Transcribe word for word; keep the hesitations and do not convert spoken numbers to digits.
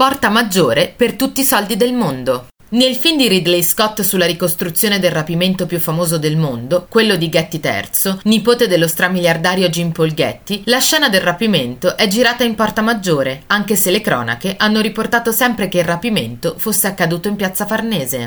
Porta Maggiore per tutti i soldi del mondo. Nel film di Ridley Scott sulla ricostruzione del rapimento più famoso del mondo, quello di Getty terzo, nipote dello stramiliardario Jean Paul Getty, la scena del rapimento è girata in Porta Maggiore, anche se le cronache hanno riportato sempre che il rapimento fosse accaduto in Piazza Farnese.